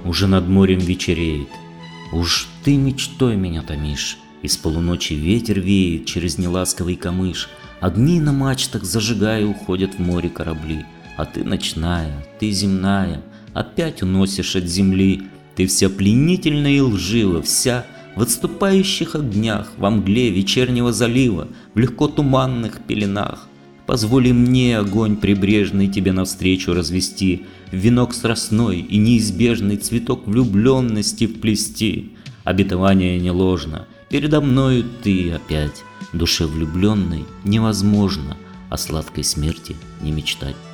уже над морем вечереет. Уж ты мечтой меня томишь, из полуночи ветер веет через неласковый камыш. Огни на мачтах зажигая уходят в море корабли. А ты ночная, ты земная, опять уносишь от земли. Ты вся пленительна и лжива, вся в отступающих огнях, во мгле вечернего залива, в легко туманных пеленах. Позволи мне огонь прибрежный тебе навстречу развести, в венок страстной и неизбежный цветок влюбленности вплести. Обетование не ложно, передо мною ты опять, душе влюбленной невозможно о сладкой смерти не мечтать.